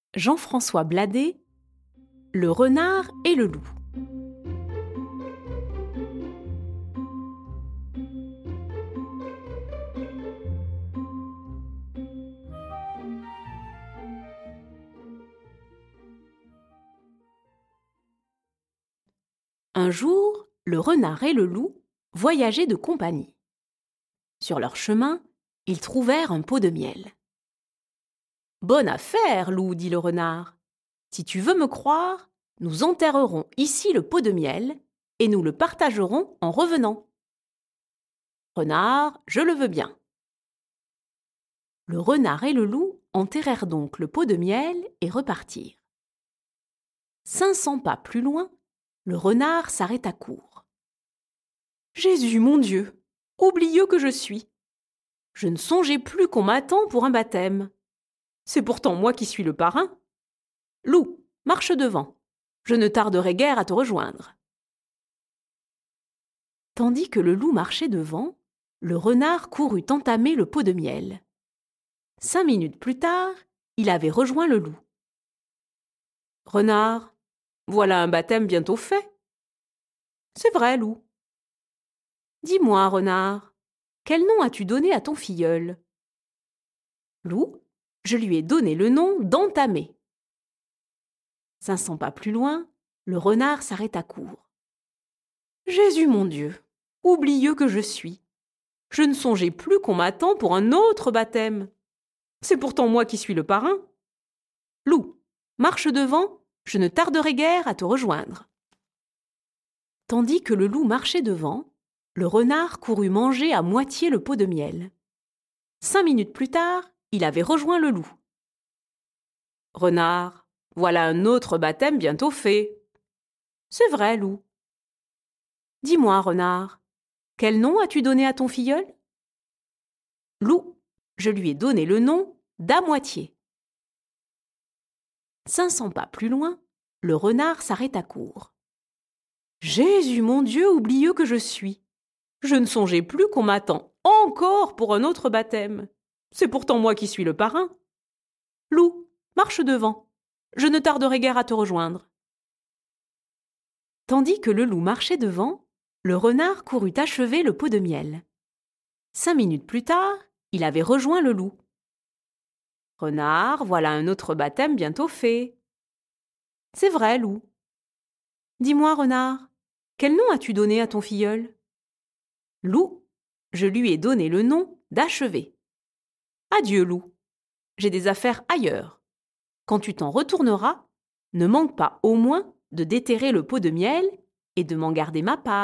Jean-François Bladet, Le renard et le loup. Un jour, le renard et le loup voyageaient de compagnie. Sur leur chemin, ils trouvèrent un pot de miel. « Bonne affaire, loup, dit le renard. Si tu veux me croire, nous enterrerons ici le pot de miel et nous le partagerons en revenant. » Renard, je le veux bien. Le renard et le loup enterrèrent donc le pot de miel et repartirent. 500 pas plus loin, le renard s'arrêta court. « Jésus, mon Dieu, oublieux que je suis! Je ne songeais plus qu'on m'attend pour un baptême. C'est pourtant moi qui suis le parrain. Loup, marche devant. Je ne tarderai guère à te rejoindre. » Tandis que le loup marchait devant, le renard courut entamer le pot de miel. 5 minutes plus tard, il avait rejoint le loup. « Renard, voilà un baptême bientôt fait. »« C'est vrai, loup. »« Dis-moi, renard, quel nom as-tu donné à ton filleul ?»« Loup, je lui ai donné le nom d'Entamé. » 500 pas plus loin, le renard s'arrêta court. « Jésus, mon Dieu, oublieux que je suis! Je ne songeais plus qu'on m'attend pour un autre baptême. C'est pourtant moi qui suis le parrain. Loup, marche devant, je ne tarderai guère à te rejoindre. » Tandis que le loup marchait devant, le renard courut manger à moitié le pot de miel. 5 minutes plus tard, il avait rejoint le loup. « Renard, voilà un autre baptême bientôt fait. »« C'est vrai, loup. »« Dis-moi, renard, quel nom as-tu donné à ton filleul ?»« Loup, je lui ai donné le nom d'à moitié. » 500 pas plus loin, le renard s'arrêta court. « Jésus, mon Dieu, oublieux que je suis! Je ne songeais plus qu'on m'attend encore pour un autre baptême. C'est pourtant moi qui suis le parrain. Loup, marche devant. Je ne tarderai guère à te rejoindre. » Tandis que le loup marchait devant, le renard courut achever le pot de miel. 5 minutes plus tard, il avait rejoint le loup. « Renard, voilà un autre baptême bientôt fait. »« C'est vrai, loup. »« Dis-moi, renard, quel nom as-tu donné à ton filleul ?»« Loup, je lui ai donné le nom d'Achevé. »« Adieu, loup. J'ai des affaires ailleurs. Quand tu t'en retourneras, ne manque pas au moins de déterrer le pot de miel et de m'en garder ma part. »